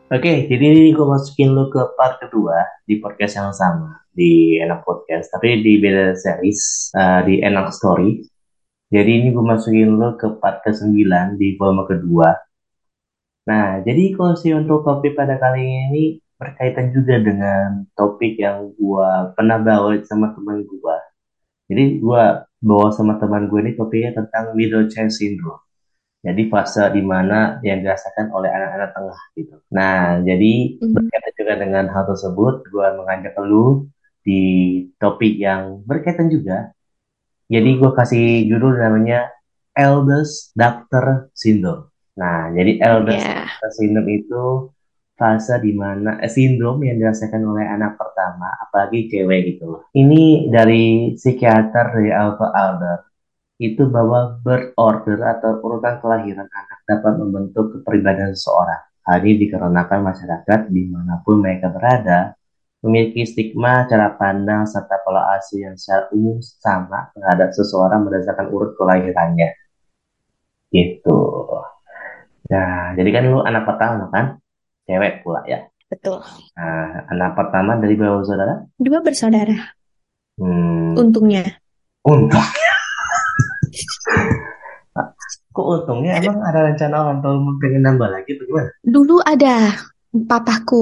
Oke, jadi ini gue masukin lu ke part kedua di podcast yang sama di Enak Podcast, tapi di beda series di Enak Story. Jadi ini gue masukin lu ke part ke-9 di volume kedua. Nah, jadi kursi untuk topik pada kali ini berkaitan juga dengan topik yang gue pernah bawa sama teman gue. Jadi gue bawa sama teman gue ini topiknya tentang middle child syndrome. Jadi fase di mana yang dirasakan oleh anak-anak tengah gitu. Nah, jadi Hmm. berkaitan juga dengan hal tersebut, gue mengajak lu di topik yang berkaitan juga. Jadi gue kasih judul namanya Eldest Doctor Syndrome. Nah, jadi Eldest Ya, Doctor Syndrome itu fase di mana sindrom yang dirasakan oleh anak pertama, apalagi cewek gitu. Ini dari psikiater dari Alpha Adler itu bahwa birth order atau urutan kelahiran anak dapat membentuk kepribadian seseorang. Hal ini dikarenakan masyarakat dimanapun mereka berada memiliki stigma, cara pandang, serta pola asuh yang secara umum sama terhadap seseorang berdasarkan urut kelahirannya. Gitu. Nah, jadi kan lu anak pertama kan? Cewek pula ya. betul. Nah, anak pertama dari berapa saudara? Dua bersaudara, Hmm, untungnya. untung. Kok untungnya emang ada rencana orang tua mau pengen nambah lagi atau gimana? Dulu ada papaku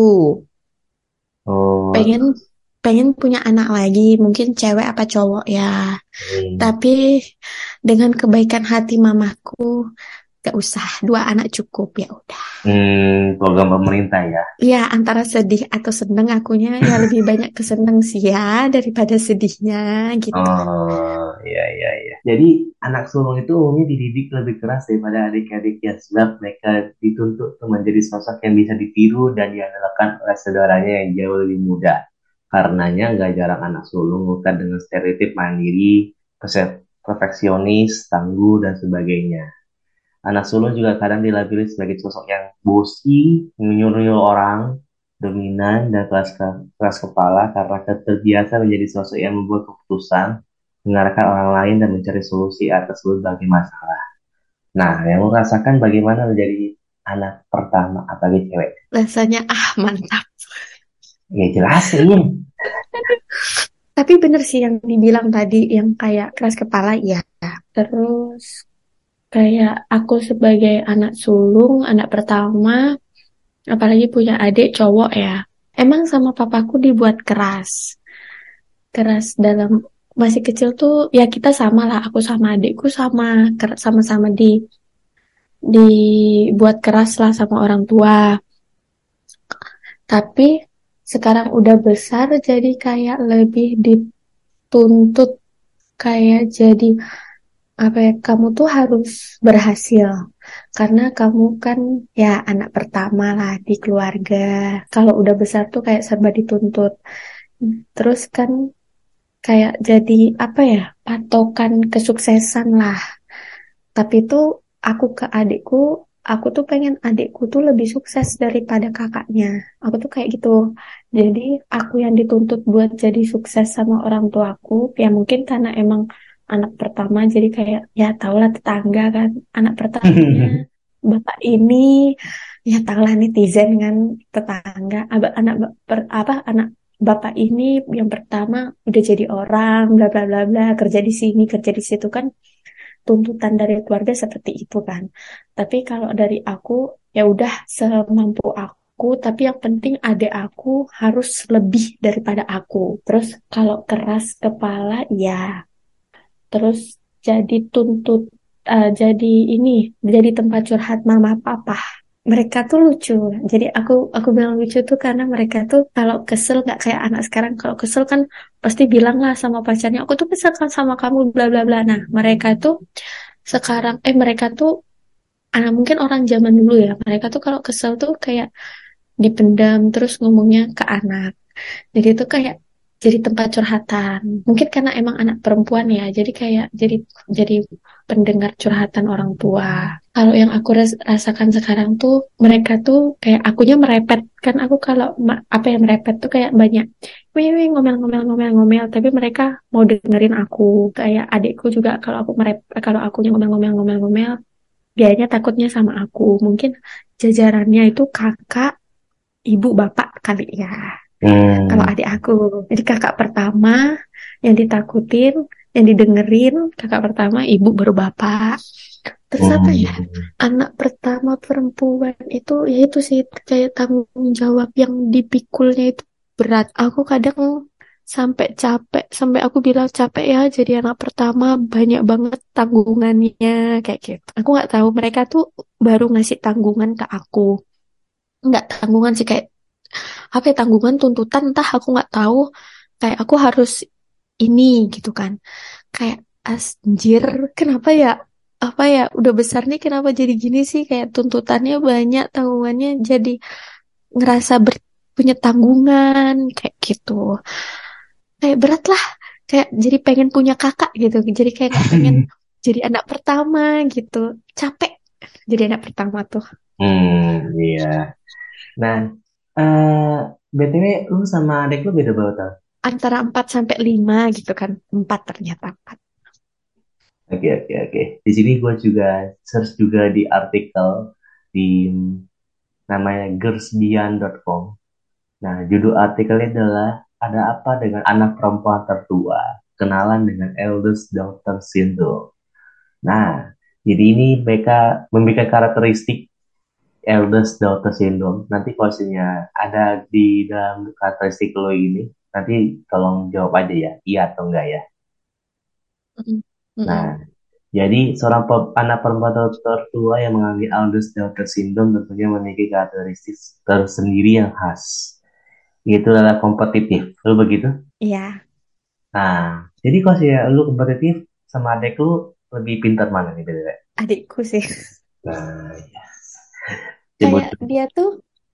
Oh, pengen pengen punya anak lagi, mungkin cewek apa cowok ya. hmm. Tapi dengan kebaikan hati mamaku, gak usah, dua anak cukup ya udah. Program pemerintah ya. Ya antara sedih atau seneng akunya ya lebih banyak keseneng sih ya daripada sedihnya gitu. Oh, iya, iya, iya. Jadi, anak sulung itu umumnya dididik lebih keras daripada adik-adiknya, sebab mereka dituntut untuk menjadi sosok yang bisa ditiru dan diandalkan oleh saudaranya yang jauh lebih muda. Karenanya, nggak jarang anak sulung bukan dengan stereotip mandiri, perfeksionis, tangguh, dan sebagainya. Anak sulung juga kadang dilabeli sebagai sosok yang bosi, nyuruh-nyuruh orang, dominan, dan keras kepala karena terbiasa menjadi sosok yang membuat keputusan, mengarahkan orang lain, dan mencari solusi atas berbagai masalah. Nah, yang lo rasakan bagaimana menjadi anak pertama apalagi cewek? Rasanya mantap. Ya jelasin. Tapi bener sih yang dibilang tadi yang kayak keras kepala ya. Terus kayak aku sebagai anak sulung, anak pertama, apalagi punya adik cowok ya. Emang sama papaku dibuat keras. Keras dalam masih kecil tuh ya kita sama lah, aku sama adikku sama sama-sama dibuat keras lah sama orang tua. Tapi sekarang udah besar jadi kayak lebih dituntut kayak jadi apa ya, kamu tuh harus berhasil karena kamu kan ya anak pertama lah di keluarga. Kalau udah besar tuh kayak serba dituntut. Terus kan kayak jadi apa ya, patokan kesuksesan lah. Tapi tuh aku ke adikku, aku tuh pengen adikku tuh lebih sukses daripada kakaknya. Aku tuh kayak gitu. Jadi aku yang dituntut buat jadi sukses sama orang tuaku, ya mungkin karena emang anak pertama jadi kayak ya tahulah tetangga kan, anak pertamanya bapak ini ya tahulah netizen kan tetangga, anak bapak ini yang pertama udah jadi orang bla bla bla bla kerja di sini kerja di situ kan tuntutan dari keluarga seperti itu kan. Tapi kalau dari aku ya udah semampu aku, tapi yang penting adik aku harus lebih daripada aku. Terus kalau keras kepala ya, terus jadi tuntut jadi ini jadi tempat curhat mama papa. Mereka tuh lucu. Jadi aku bilang lucu tuh karena mereka tuh kalau kesel nggak kayak anak sekarang. Kalau kesel kan pasti bilang lah sama pacarnya, aku tuh kesel kan sama kamu bla bla bla. Nah, mereka tuh sekarang mereka tuh mungkin orang zaman dulu ya mereka tuh kalau kesel tuh kayak dipendam terus ngomongnya ke anak jadi itu kayak jadi tempat curhatan mungkin karena emang anak perempuan ya jadi kayak jadi pendengar curhatan orang tua. Kalau yang aku rasakan sekarang tuh mereka tuh kayak akunya merepet kan aku kalau apa yang merepet tuh kayak banyak wih wih ngomel ngomel ngomel ngomel tapi mereka mau dengerin aku kayak adikku juga kalau aku kalau akunya ngomel ngomel ngomel ngomel dianya takutnya sama aku. Mungkin jajarannya itu kakak, ibu bapak kali ya. Kalau Hmm. adik aku, jadi kakak pertama yang ditakutin, yang didengerin, kakak pertama, ibu baru bapak. Terus apa ya? Hmm. Anak pertama perempuan itu, ya itu sih kayak tanggung jawab yang dipikulnya itu berat. Aku kadang sampai capek, sampai aku bilang capek ya jadi anak pertama banyak banget tanggungannya kayak gitu. Aku nggak tahu mereka tuh baru ngasih tanggungan ke aku. Nggak tanggungan sih kayak apa ya, tanggungan tuntutan entah aku nggak tahu kayak aku harus ini gitu kan kayak anjir kenapa ya apa ya udah besar nih kenapa jadi gini sih kayak tuntutannya banyak tanggungannya jadi ngerasa punya tanggungan kayak gitu kayak berat lah kayak jadi pengen punya kakak gitu jadi kayak nggak pengen jadi anak pertama gitu capek jadi anak pertama tuh Iya. Nah, eh BTW lu sama adik lu beda berapa tahun? antara 4 sampai 5 gitu kan 4 ternyata 4. Oke, oke, oke. Di sini gue juga search juga di artikel di namanya girlsbeyond.com. Nah, judul artikelnya adalah ada apa dengan anak perempuan tertua? Kenalan dengan eldest daughter syndrome. Nah, jadi ini mereka memberikan karakteristik eldest daughter syndrome. Nanti posisinya ada di dalam karakteristik lo ini. Nanti tolong jawab aja ya, iya atau enggak ya. Mm-mm. Nah, Mm-mm. jadi seorang anak perempuan tertua yang mengalami eldest daughter syndrome tentunya memiliki karakteristik tersendiri yang khas. Itu adalah kompetitif. Lo begitu? Iya, Nah, jadi kalau sih lu kompetitif sama adek lu lebih pintar mana nih beda? adikku sih. Nah, ya. Coba Kayak dia tuh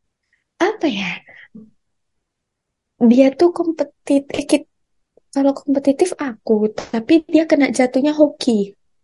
apa ya? Dia tuh kompetitif. Kalau kompetitif aku, tapi dia kena jatuhnya hoki.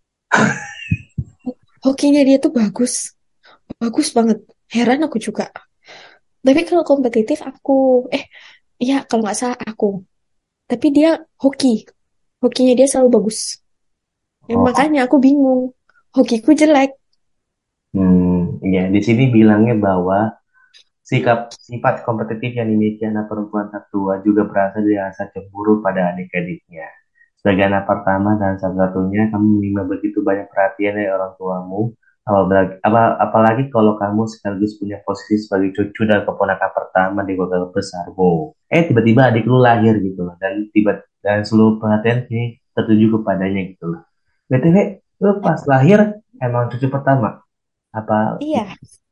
Hokinya dia tuh bagus, bagus banget. Heran aku juga. Tapi kalau kompetitif aku, eh, iya kalau nggak salah aku. Tapi dia hoki, hokinya dia selalu bagus. Ya, oh, makanya aku bingung. Hokiku jelek. ya di sini bilangnya bahwa sifat kompetitif yang dimiliki anak perempuan tertua juga berasal dari rasa cemburu pada adik-adiknya. Sebagai anak pertama dan satu-satunya, kamu menerima begitu banyak perhatian dari orang tuamu. Apalagi kalau kamu sekaligus punya posisi sebagai cucu dan keponakan pertama di keluarga besarmu. Tiba-tiba adik lu lahir gitu loh, dan seluruh perhatian kini tertuju kepadanya gitu loh. BTW, lu pas lahir emang cucu pertama? Apa Iya,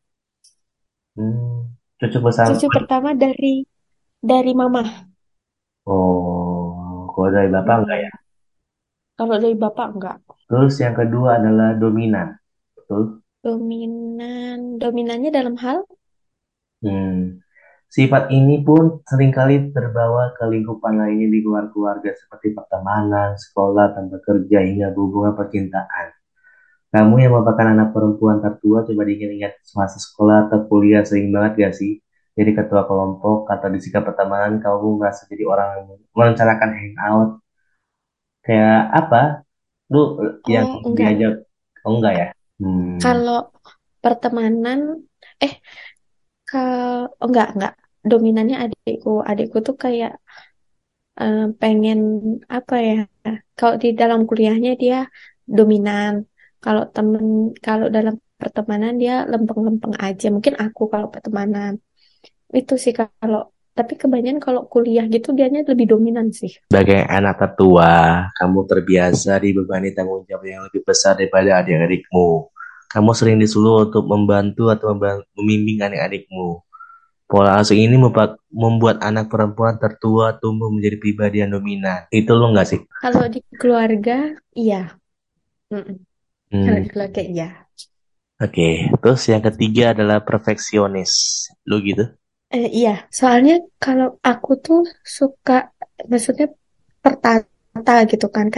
cucu besar? cucu pertama dari mama. Oh, kalau dari bapak enggak ya? Mm-mm. Kalau dari bapak enggak. Terus yang kedua adalah dominan, betul? Dominan, dominannya dalam hal Hmm. Sifat ini pun seringkali terbawa ke lingkupan lainnya di luar keluarga seperti pertemanan, sekolah, tempat kerja, hingga hubungan percintaan. Kamu yang merupakan anak perempuan tertua, coba diingat-ingat semasa sekolah atau kuliah sering banget gak sih? Jadi ketua kelompok atau di sikap pertemanan, kamu merasa jadi orang yang merencanakan hangout. Kayak apa? Lu yang oh enggak. diajak, oh enggak ya? Hmm. Kalau pertemanan, eh, enggak. Dominannya adikku. Adikku tuh kayak pengen apa ya? Kalau di dalam kuliahnya dia dominan. Kalau kalau dalam pertemanan dia lempeng-lempeng aja. Mungkin aku kalau pertemanan itu sih kalau. Tapi kebanyakan kalau kuliah gitu dianya lebih dominan sih. Sebagai anak tertua, kamu terbiasa dibebani tanggung jawab yang lebih besar daripada adik-adikmu. Kamu sering disuruh untuk membantu atau membimbing adik-adikmu. Pola asuh ini membuat anak perempuan tertua tumbuh menjadi pribadi yang dominan. Itu lo nggak sih? Kalau di keluarga, iya. Mm-mm. Kalau Hmm, di keluarga, iya. oke. Terus yang ketiga adalah perfeksionis. Lo gitu? Iya, soalnya kalau aku tuh suka, maksudnya tertata gitu kan,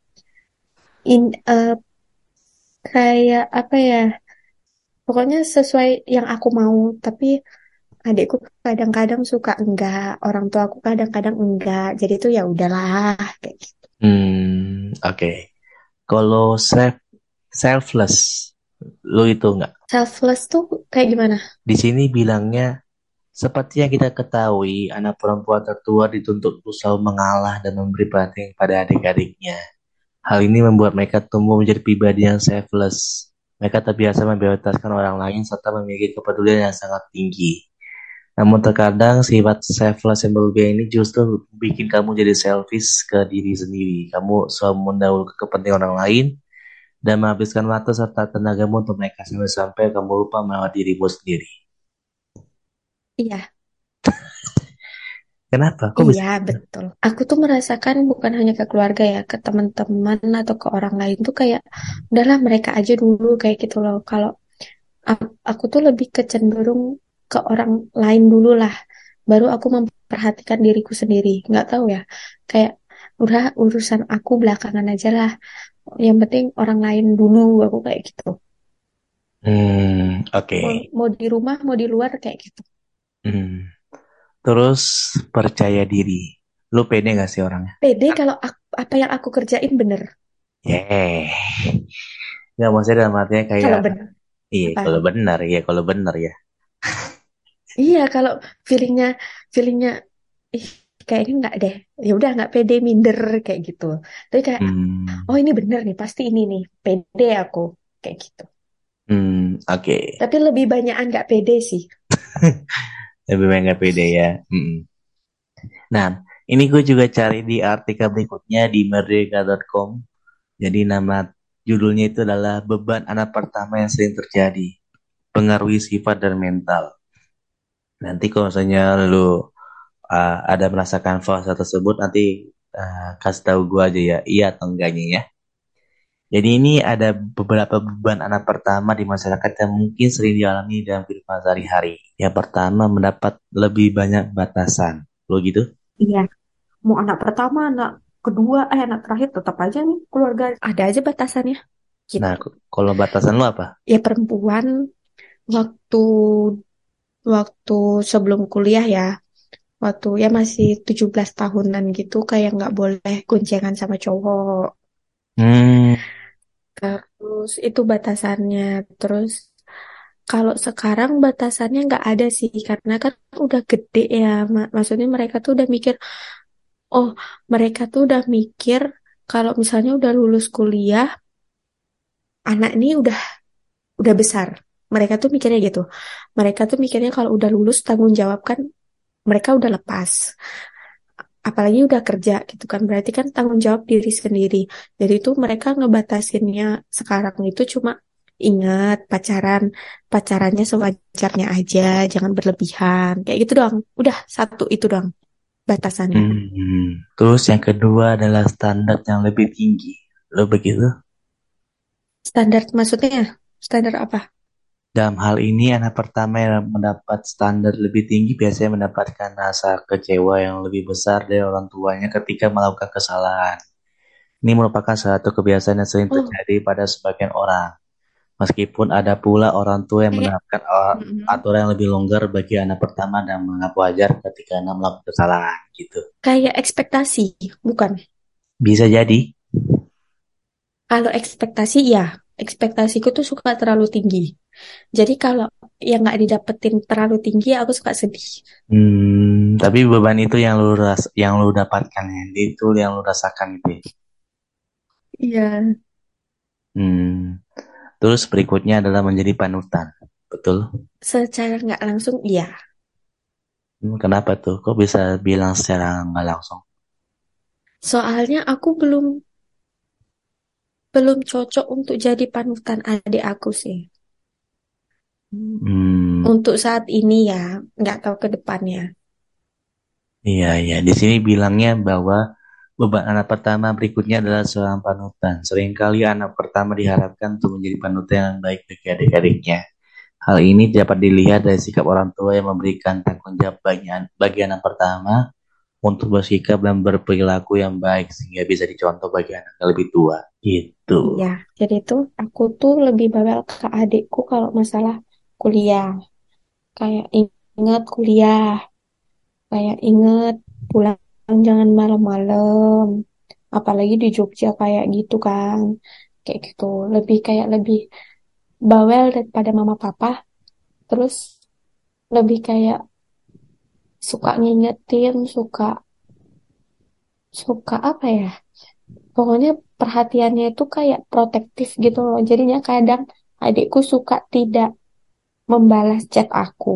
eh, kayak apa ya, pokoknya sesuai yang aku mau. Tapi adikku kadang-kadang suka enggak, orang tua aku kadang-kadang enggak. Jadi tuh ya udahlah, kayak gitu. Oke. Kalau selfless, lo itu nggak? Selfless tuh kayak gimana? Di sini bilangnya Seperti yang kita ketahui, anak perempuan tertua dituntut untuk selalu mengalah dan memberi perhatian pada adik-adiknya. Hal ini membuat mereka tumbuh menjadi pribadi yang selfless. Mereka terbiasa memprioritaskan orang lain serta memiliki kepedulian yang sangat tinggi. Namun terkadang sifat selfless yang berlebihan ini justru bikin kamu jadi selfish ke diri sendiri. Kamu selalu mendahulukan kepentingan orang lain dan menghabiskan waktu serta tenagamu untuk mereka sampai-sampai kamu lupa merawat dirimu sendiri. Iya, Kenapa? Kok bisa iya gitu? betul. Aku tuh merasakan bukan hanya ke keluarga ya, ke teman-teman atau ke orang lain tuh kayak udahlah mereka aja dulu kayak gitu loh. Kalau aku tuh lebih kecenderung ke orang lain dulu lah, baru aku memperhatikan diriku sendiri. Nggak tahu ya, kayak udah urusan aku belakangan aja lah. Yang penting orang lain dulu, aku kayak gitu. Oke. Mau di rumah, mau di luar kayak gitu. Hmm. Terus percaya diri. Lu pede gak sih orangnya? Pede kalau apa yang aku kerjain bener. Yeah. Nggak maksudnya dalam artinya kayak, Kalau bener iya apa? kalau benar, iya kalau benar ya. Iya, kalau feelingnya feelingnya ih kayaknya nggak deh. Ya udah nggak pede minder kayak gitu. Tapi kayak Hmm, oh ini bener nih, pasti ini nih. Pede aku kayak gitu. oke. Tapi lebih banyakan nggak pede sih. Lebih baik nggak pede ya. Nah, ini gue juga cari di artikel berikutnya di merdeka.com. Jadi nama judulnya itu adalah beban anak pertama yang sering terjadi, pengaruhi sifat dan mental. Nanti kalau misalnya lu ada merasakan fase tersebut, nanti kasih tahu gue aja ya, iya atau enggaknya ya. Jadi ini ada beberapa beban anak pertama di masyarakat yang mungkin sering dialami dalam kehidupan sehari-hari. Yang pertama mendapat lebih banyak batasan. Lo gitu? Iya, mau anak pertama, anak kedua, anak terakhir tetap aja nih keluarga ada aja batasannya Nah, gitu. kalau batasan lo apa? Ya perempuan waktu waktu sebelum kuliah ya, waktu ya masih 17 tahunan gitu kayak nggak boleh goncengan sama cowok. Hmm, Terus itu batasannya. Terus kalau sekarang batasannya nggak ada sih karena kan udah gede ya. Maksudnya mereka tuh udah mikir, oh mereka tuh udah mikir kalau misalnya udah lulus kuliah, anak ini udah besar. Mereka tuh mikirnya gitu. Mereka tuh mikirnya kalau udah lulus tanggung jawab kan mereka udah lepas. Apalagi udah kerja gitu kan. Berarti kan tanggung jawab diri sendiri. Jadi itu mereka ngebatasinnya sekarang itu cuma ingat pacarannya sewajarnya aja, jangan berlebihan. Kayak gitu doang. Udah satu itu doang batasannya. Terus yang kedua adalah standar yang lebih tinggi. Lo begitu? Standar maksudnya standar apa? Dalam hal ini, anak pertama yang mendapat standar lebih tinggi biasanya mendapatkan rasa kecewa yang lebih besar dari orang tuanya ketika melakukan kesalahan. Ini merupakan satu kebiasaan yang sering Oh, terjadi pada sebagian orang. Meskipun ada pula orang tua yang kayak menerapkan mm-mm. aturan yang lebih longgar bagi anak pertama dan menganggap wajar ketika anak melakukan kesalahan gitu. Kayak ekspektasi, bukan? Bisa jadi. Kalau ekspektasi ya, ekspektasiku tuh suka terlalu tinggi. Jadi kalau yang nggak didapetin terlalu tinggi, aku suka sedih. Tapi beban itu yang lu dapatkan ya, itu yang lu rasakan gitu ya. Iya. Hmm. Terus berikutnya adalah menjadi panutan. Betul? Secara nggak langsung, iya. Kenapa tuh? Kok bisa bilang secara nggak langsung? Soalnya aku belum belum cocok untuk jadi panutan adik aku sih. Hmm, Untuk saat ini ya, nggak tahu ke depannya. iya, iya. Di sini bilangnya bahwa beban anak pertama berikutnya adalah seorang panutan. Seringkali anak pertama diharapkan untuk menjadi panutan yang baik bagi adik-adiknya. Hal ini dapat dilihat dari sikap orang tua yang memberikan tanggung jawab bagi anak pertama untuk bersikap dan berperilaku yang baik sehingga bisa dicontoh bagi anak yang lebih tua. Gitu. Iya, jadi tuh aku tuh lebih bawel ke adikku kalau masalah kuliah. Kayak ingat kuliah, kayak inget pulang jangan malam-malam. Apalagi di Jogja kayak gitu kan. Kayak gitu. Lebih bawel daripada mama papa. Terus lebih kayak suka ngingetin, suka suka apa ya? Pokoknya perhatiannya itu kayak protektif gitu loh. Jadinya kadang adikku suka tidak membalas chat aku.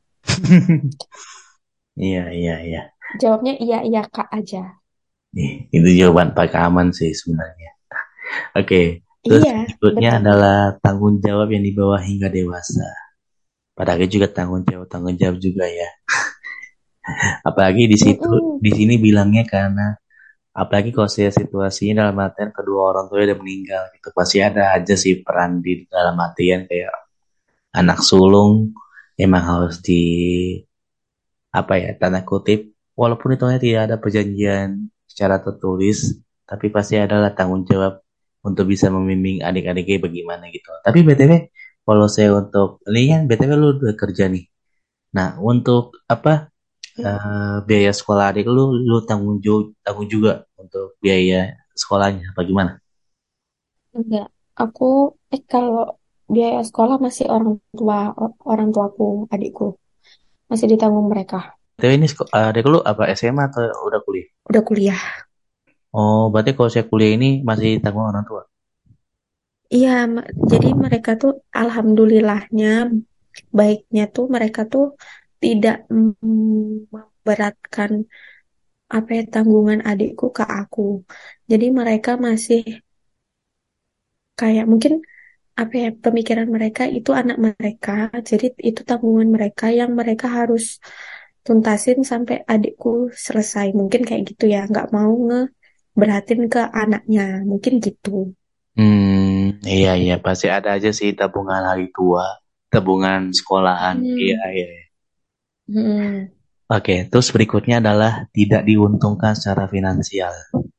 Iya, iya, iya. Jawabnya iya iya Kak aja. Nih, itu jawaban paling aman sih sebenarnya. Oke, terus Iya, berikutnya betul. adalah tanggung jawab yang dibawa hingga dewasa. Padahal juga tanggung jawab juga ya. Apalagi di situ, Mm-mm. di sini bilangnya karena apalagi kalau saya situasinya dalam artian kedua orang tua udah meninggal gitu, pasti ada aja sih peran di dalam artian kayak anak sulung emang harus di apa ya tanda kutip walaupun itu tidak ada perjanjian secara tertulis tapi pasti adalah tanggung jawab untuk bisa membimbing adik-adiknya bagaimana gitu. Tapi BTW kalau saya untuk ini kan BTW lu udah kerja nih. Nah, untuk apa biaya sekolah adik lu tanggung juga untuk biaya sekolahnya apa gimana? Enggak. Aku kalau biaya sekolah masih orang tuaku, adikku masih ditanggung mereka. BTW ini adik lu apa SMA atau udah kuliah? Udah kuliah. Oh, berarti kalau saya kuliah ini masih tanggung orang tua. Iya, jadi mereka tuh alhamdulillahnya baiknya tuh mereka tuh tidak memberatkan apa ya tanggungan adikku ke aku. Jadi mereka masih kayak mungkin apa ya pemikiran mereka itu anak mereka, jadi itu tanggungan mereka yang mereka harus tuntasin sampai adikku selesai. Mungkin kayak gitu ya, nggak mau ngeberatin ke anaknya, mungkin gitu. Iya iya pasti ada aja sih tabungan hari tua, tabungan sekolahan. Iya Hmm. iya. Iya. Hmm. Oke, terus berikutnya adalah tidak diuntungkan secara finansial.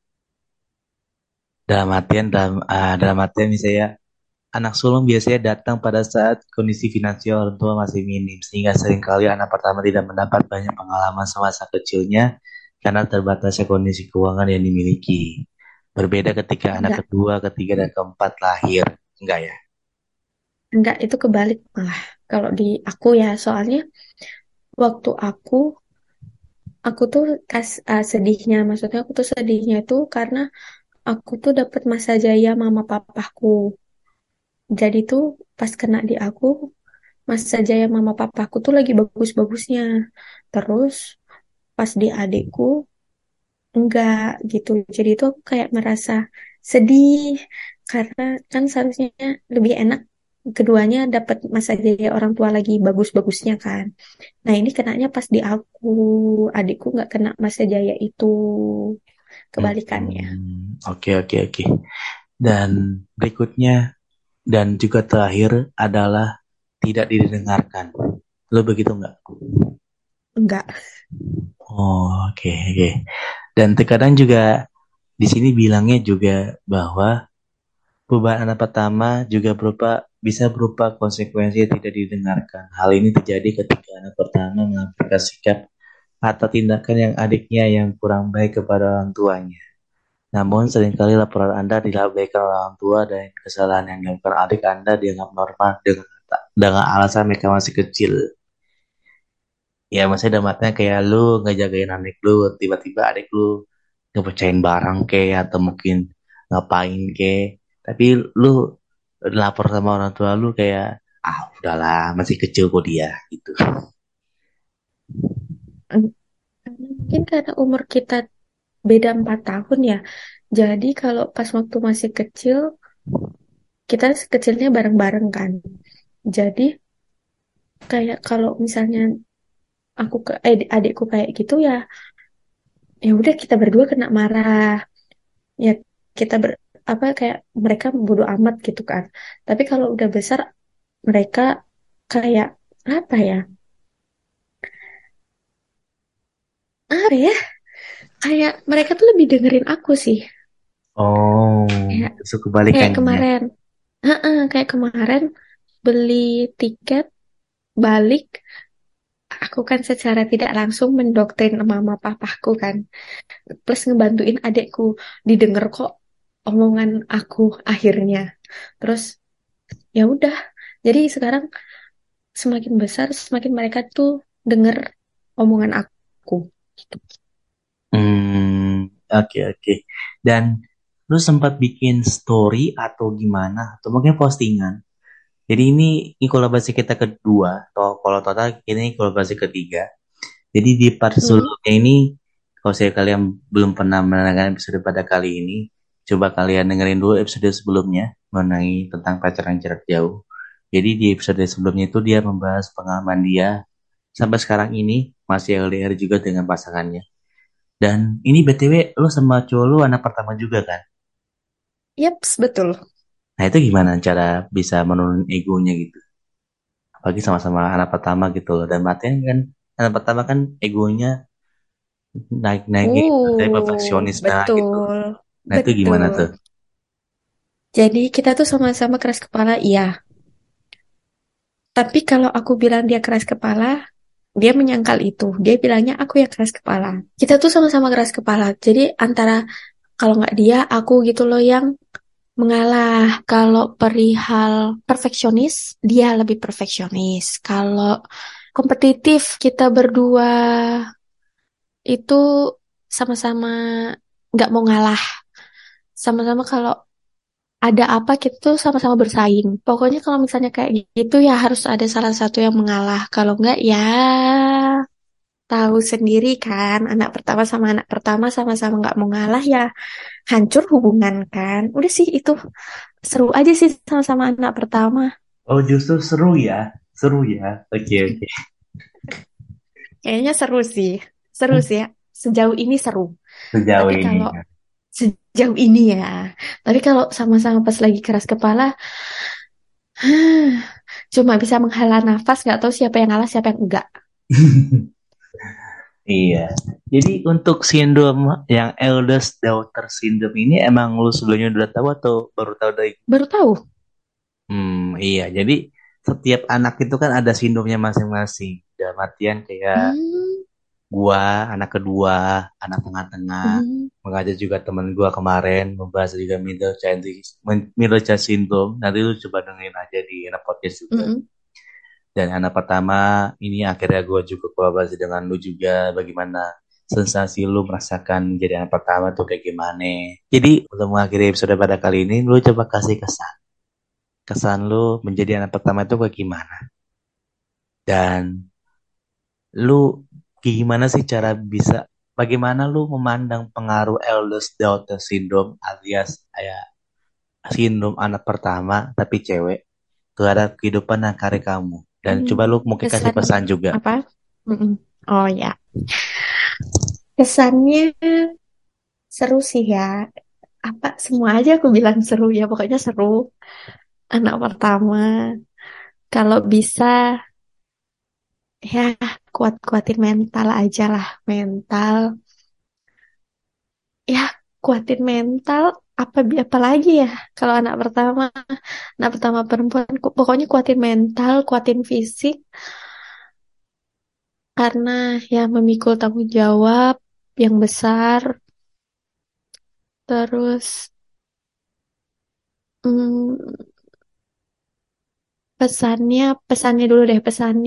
Dalam artian misalnya anak sulung biasanya datang pada saat kondisi finansial orang tua masih minim, sehingga seringkali anak pertama tidak mendapat banyak pengalaman semasa kecilnya karena terbatasnya kondisi keuangan yang dimiliki. Berbeda ketika anak Enggak, kedua, ketiga, dan keempat lahir. Enggak ya? enggak itu kebalik malah. Kalau di aku ya, soalnya waktu aku tuh sedihnya, maksudnya aku tuh sedihnya itu karena aku tuh dapet masa jaya mama papaku. Jadi tuh pas kena di aku, masa jaya mama papaku tuh lagi bagus-bagusnya. Terus pas di adikku, enggak gitu. Jadi tuh aku kayak merasa sedih karena kan seharusnya lebih enak keduanya dapat masa jaya orang tua lagi bagus-bagusnya kan. Nah ini kenanya pas di aku, adikku nggak kena masa jaya itu, kebalikannya. Oke oke oke. Dan berikutnya dan juga terakhir adalah tidak didengarkan. Lo begitu nggak? Enggak, Oh, oke oke. Dan terkadang juga di sini bilangnya juga bahwa perubahan anak pertama juga bisa berupa konsekuensi yang tidak didengarkan. Hal ini terjadi ketika anak pertama mengambil sikap atau tindakan yang adiknya yang kurang baik kepada orang tuanya. Namun seringkali laporan Anda dilabaikan oleh orang tua dan kesalahan yang dilakukan adik Anda dianggap normal dengan alasan mereka masih kecil. Ya maksudnya dalam artinya kayak lu ngejagain adik lu, tiba-tiba adik lu ngepecahin barang atau mungkin ngapain tapi lu lapor sama orang tua lu kayak, ah udahlah masih kecil kok dia gitu. mungkin karena umur kita beda 4 tahun ya. Jadi kalau pas waktu masih kecil, kita kecilnya bareng-bareng kan. Jadi kayak kalau misalnya adikku kayak gitu ya, ya udah kita berdua kena marah. Ya kita apa kayak mereka bodo amat gitu kan. Tapi kalau udah besar mereka kayak apa ya? Apa ya? Kayak mereka tuh lebih dengerin aku sih. Oh, Kayak justru kayak kebalikannya. kemarin. Heeh, kayak kemarin beli tiket balik, aku kan secara tidak langsung mendoktrin mama papaku kan, plus ngebantuin adekku, didengar kok omongan aku akhirnya. Terus ya udah, jadi sekarang semakin besar, semakin mereka tuh denger omongan aku. aku. Gitu. Oke oke. Dan lu sempat bikin story atau gimana? Atau mungkin postingan? Jadi ini kolaborasi kita kedua, atau kalau total ini kolaborasi ketiga. Jadi di part Mm-mm. sebelumnya ini, kalau saya kalian belum pernah mendengarkan episode pada kali ini, coba kalian dengerin dulu episode sebelumnya mengenai tentang pacaran jarak jauh. Jadi di episode sebelumnya itu dia membahas pengalaman dia sampai sekarang ini masih LDR juga dengan pasangannya. Dan ini BTW lo sama cowok lo anak pertama juga kan? Yaps, betul. Nah itu gimana cara bisa menurun egonya gitu? Apalagi sama-sama anak pertama gitu loh. Dan Martin kan anak pertama kan egonya naik-naik gitu. Dari perfeksionis banget gitu. Betul. Nah itu gimana Betul. tuh? Jadi kita tuh sama-sama keras kepala, iya. Tapi kalau aku bilang dia keras kepala, dia menyangkal itu. Dia bilangnya aku yang keras kepala. Kita tuh sama-sama keras kepala. Jadi antara kalau nggak dia, aku gitu loh yang mengalah. Kalau perihal perfeksionis, dia lebih perfeksionis. Kalau kompetitif, kita berdua itu sama-sama nggak mau ngalah. Sama-sama kalau ada apa kita tuh sama-sama bersaing. Pokoknya kalau misalnya kayak gitu ya harus ada salah satu yang mengalah. Kalau enggak ya tahu sendiri kan, anak pertama sama anak pertama sama-sama nggak mau ngalah ya hancur hubungan kan. Udah sih itu seru aja sih sama-sama anak pertama. Oh justru seru ya? Seru ya? Oke oke. Kayaknya seru sih. Seru sih ya. Sejauh ini seru. Sejauh Tapi ini. kalau sejauh ini ya. Tapi kalau sama-sama pas lagi keras kepala, cuma bisa menghela nafas, nggak tahu siapa yang ngalah, siapa yang enggak. Iya. Jadi untuk sindrom yang eldest daughter syndrome ini emang lu sebelumnya udah tahu atau baru tahu dari? Baru tahu. Iya. Jadi setiap anak itu kan ada sindromnya masing-masing. Dalam artian kayak Hmm, gua, anak kedua, anak tengah-tengah, hmm, mengajak juga temen gua kemarin membahas juga middle child syndrome. Nanti lu coba dengerin aja di anak podcast juga. hmm, Dan anak pertama ini akhirnya gua juga kolaborasi dengan lu juga bagaimana sensasi lu merasakan jadi anak pertama tuh kayak gimana. Jadi untuk mengakhiri episode pada kali ini, lu coba kasih kesan. Kesan lu menjadi anak pertama itu kayak gimana? Dan lu gimana sih cara bisa bagaimana lu memandang pengaruh eldest daughter syndrome alias kayak sindrom anak pertama tapi cewek terhadap kehidupan dan karir kamu dan hmm. coba lu mungkin kasih Kesan pesan juga. apa? Mm-mm. Oh ya, kesannya seru sih ya. Apa semua aja aku bilang seru ya. Pokoknya seru. Anak pertama, kalau bisa ya kuat-kuatin mental aja lah. Mental, ya kuatin mental. Apa lagi ya? Kalau anak pertama perempuan, pokoknya kuatin mental, kuatin fisik. Karena ya memikul tanggung jawab yang besar. Terus hmm, pesannya dulu deh,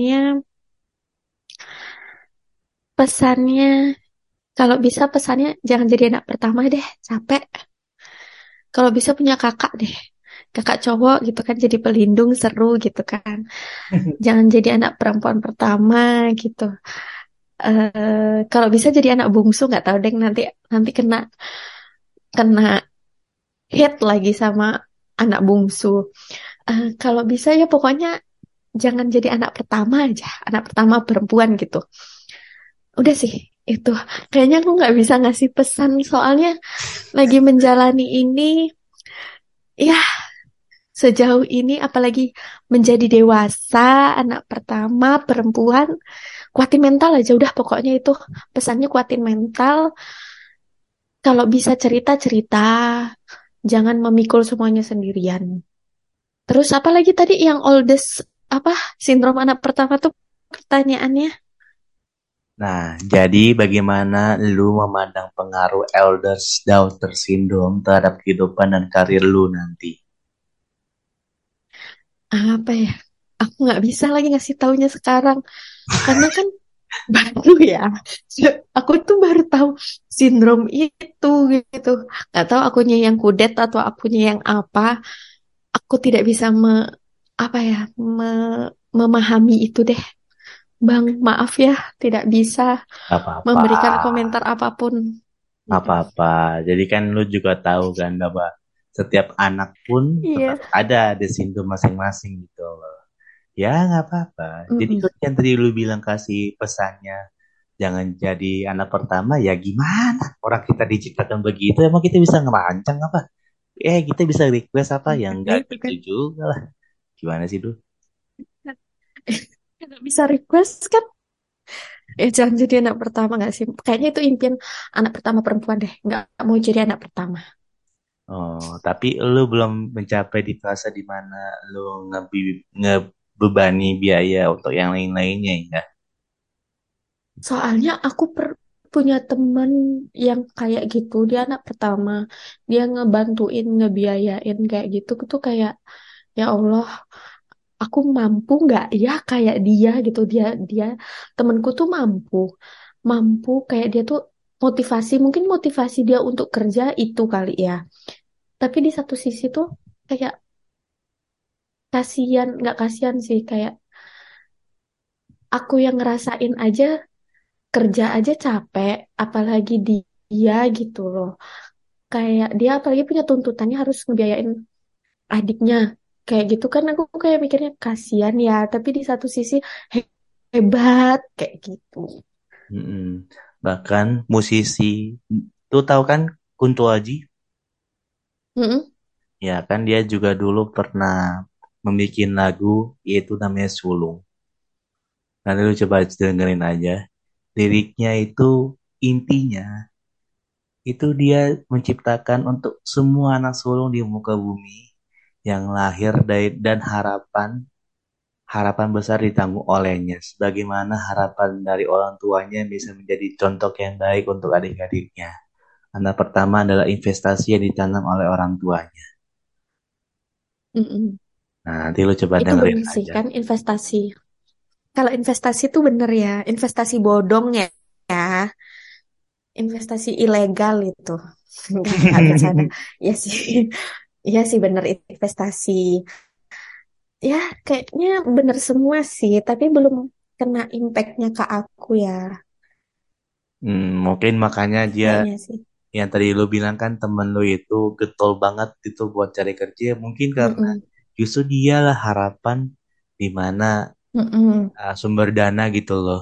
pesannya, kalau bisa pesannya jangan jadi anak pertama deh, capek. Kalau bisa punya kakak deh, kakak cowok gitu kan jadi pelindung seru gitu kan. Jangan jadi anak perempuan pertama gitu. Kalau bisa jadi anak bungsu nggak tahu deh nanti nanti kena kena hit lagi sama anak bungsu. Kalau bisa ya pokoknya jangan jadi anak pertama aja, anak pertama perempuan gitu. Udah sih, itu. Kayaknya aku nggak bisa ngasih pesan soalnya lagi menjalani ini, ya sejauh ini apalagi menjadi dewasa, anak pertama perempuan, kuatin mental aja udah pokoknya itu pesannya kuatin mental. Kalau bisa cerita-cerita, jangan memikul semuanya sendirian. Terus apa lagi tadi yang oldest apa sindrom anak pertama tuh pertanyaannya? Nah, jadi bagaimana lu memandang pengaruh eldest daughter syndrome terhadap kehidupan dan karir lu nanti? Apa ya? Aku nggak bisa lagi ngasih taunya sekarang. Karena kan baru ya. Aku tuh baru tahu sindrom itu gitu. Nggak tahu akunya yang kudet atau akunya yang apa. Aku tidak bisa apa ya memahami itu deh. Bang, maaf ya, tidak bisa Gak apa-apa. memberikan komentar apapun. Gak Mm-mm. apa-apa. Jadi kan lu juga tahu kan bahwa setiap anak pun Iya. tetap ada sindrom masing-masing gitu loh. Ya nggak apa-apa. Jadi Mm-mm. kalau yang tadi lu bilang kasih pesannya jangan jadi anak pertama ya gimana? Orang kita diciptakan begitu emang kita bisa ngerancang apa? Kita bisa request apa? Iya, Yang nggak itu gitu kan. juga lah. Gimana sih, Du? Kalau bisa request kan, jangan jadi anak pertama nggak sih? Kayaknya itu impian anak pertama perempuan deh. Nggak mau jadi anak pertama. Oh, tapi lu belum mencapai di fase di mana lu ngebebani biaya untuk yang lain-lainnya ya. Soalnya aku punya temen yang kayak gitu. Dia anak pertama. Dia ngebantuin, ngebiayain kayak gitu. Tuh kayak, ya Allah, aku mampu nggak ya kayak dia gitu. Dia temenku tuh mampu kayak dia tuh motivasi. Mungkin motivasi dia untuk kerja itu kali ya. Tapi di satu sisi tuh kayak kasihan, nggak kasihan sih. Kayak aku yang ngerasain aja kerja aja capek, apalagi dia gitu loh. Kayak dia apalagi punya tuntutannya harus ngebiayain adiknya. Kayak gitu kan aku kayak mikirnya kasihan ya, tapi di satu sisi hebat kayak gitu. Mm-mm. Bahkan musisi, tuh tahu kan Kunto Aji? Mm-mm. Ya kan dia juga dulu pernah membuat lagu yaitu namanya Sulung. Nanti lu coba dengerin aja. Liriknya itu intinya itu dia menciptakan untuk semua anak sulung di muka bumi yang lahir dari dan harapan besar ditanggung olehnya. Sebagaimana harapan dari orang tuanya bisa menjadi contoh yang baik untuk adik-adiknya. Anak pertama adalah investasi yang ditanam oleh orang tuanya. Mm-mm. Nah, nanti lu coba Itu dengerin bener sih aja. kan investasi. Kalau investasi itu bener ya, investasi bodong ya, ya. Investasi ilegal itu. Enggak bercanda. Ya sih. Iya sih bener investasi. Ya, kayaknya bener semua sih, tapi belum kena impactnya ke aku ya, Mungkin makanya dia kayaknya sih. yang tadi lu bilang kan temen lu itu getol banget itu buat cari kerja. Mungkin karena Mm-mm, justru dialah harapan di mana mm-mm, sumber dana gitu loh.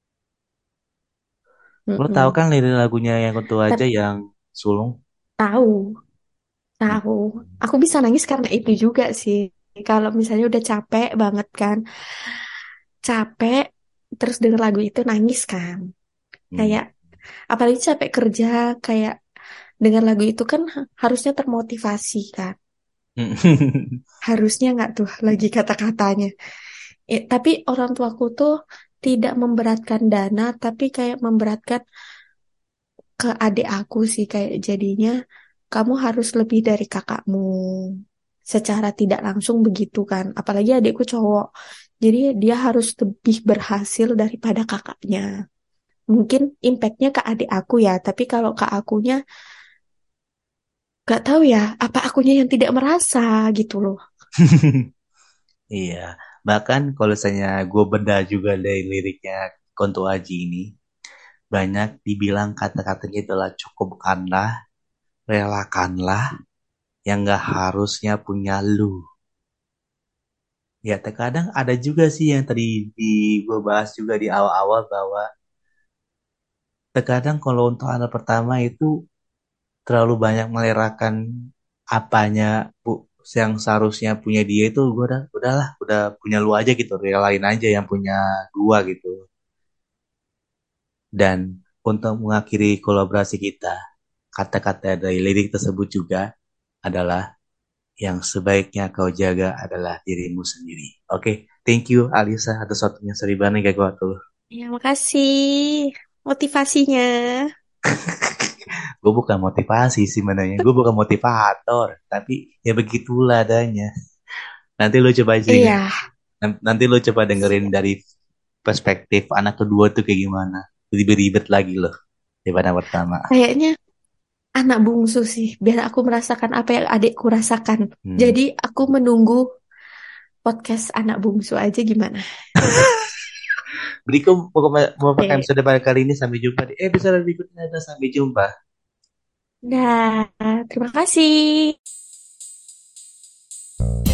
Lo tahu mm-mm. kan lirik lagunya yang tentu aja Tapi yang sulung? tahu, Hmm. tahu. Aku bisa nangis karena itu juga sih. Kalau misalnya udah capek banget kan, capek, terus denger lagu itu nangis kan. Hmm. Kayak, apalagi capek kerja, kayak denger lagu itu kan harusnya termotivasi kan. Harusnya nggak tuh lagi kata-katanya. Tapi orang tuaku tuh tidak memberatkan dana, tapi kayak memberatkan ke adik aku sih kayak jadinya kamu harus lebih dari kakakmu. Secara tidak langsung begitu kan. Apalagi adikku cowok. Jadi dia harus lebih berhasil daripada kakaknya. Mungkin impactnya ke adik aku ya, tapi kalau ke akunya gak tahu ya, apa akunya yang tidak merasa gitu loh. Iya, bahkan kalau misalnya gue beda juga dari liriknya Konto Aji ini, banyak dibilang kata-katanya adalah cukupkanlah, relakanlah, yang gak harusnya punya lu. Ya, terkadang ada juga sih yang tadi di gue bahas juga di awal-awal bahwa terkadang kalau untuk anak pertama itu terlalu banyak melerakan apanya yang seharusnya punya dia itu gue udah punya lu aja gitu relain aja yang punya gua gitu dan untuk mengakhiri kolaborasi kita kata-kata dari lirik tersebut juga adalah yang sebaiknya kau jaga adalah dirimu sendiri. Oke, thank you Alisa atas waktunya sorry banget gak gua tuh. Ya, makasih motivasinya. Gue bukan motivasi sih sebenarnya gue bukan motivator tapi ya begitulah adanya. Nanti lu coba dengerin Iya, nanti lu coba dengerin dari perspektif anak kedua tuh kayak gimana. Lebih ribet lagi loh daripada yang pertama. Kayaknya anak bungsu sih, biar aku merasakan apa yang adikku rasakan. Hmm. Jadi aku menunggu podcast anak bungsu aja gimana. Berikut merupakan Oke. episode pada kali ini. Sampai jumpa di episode berikutnya dan sampai jumpa. Nah, terima kasih.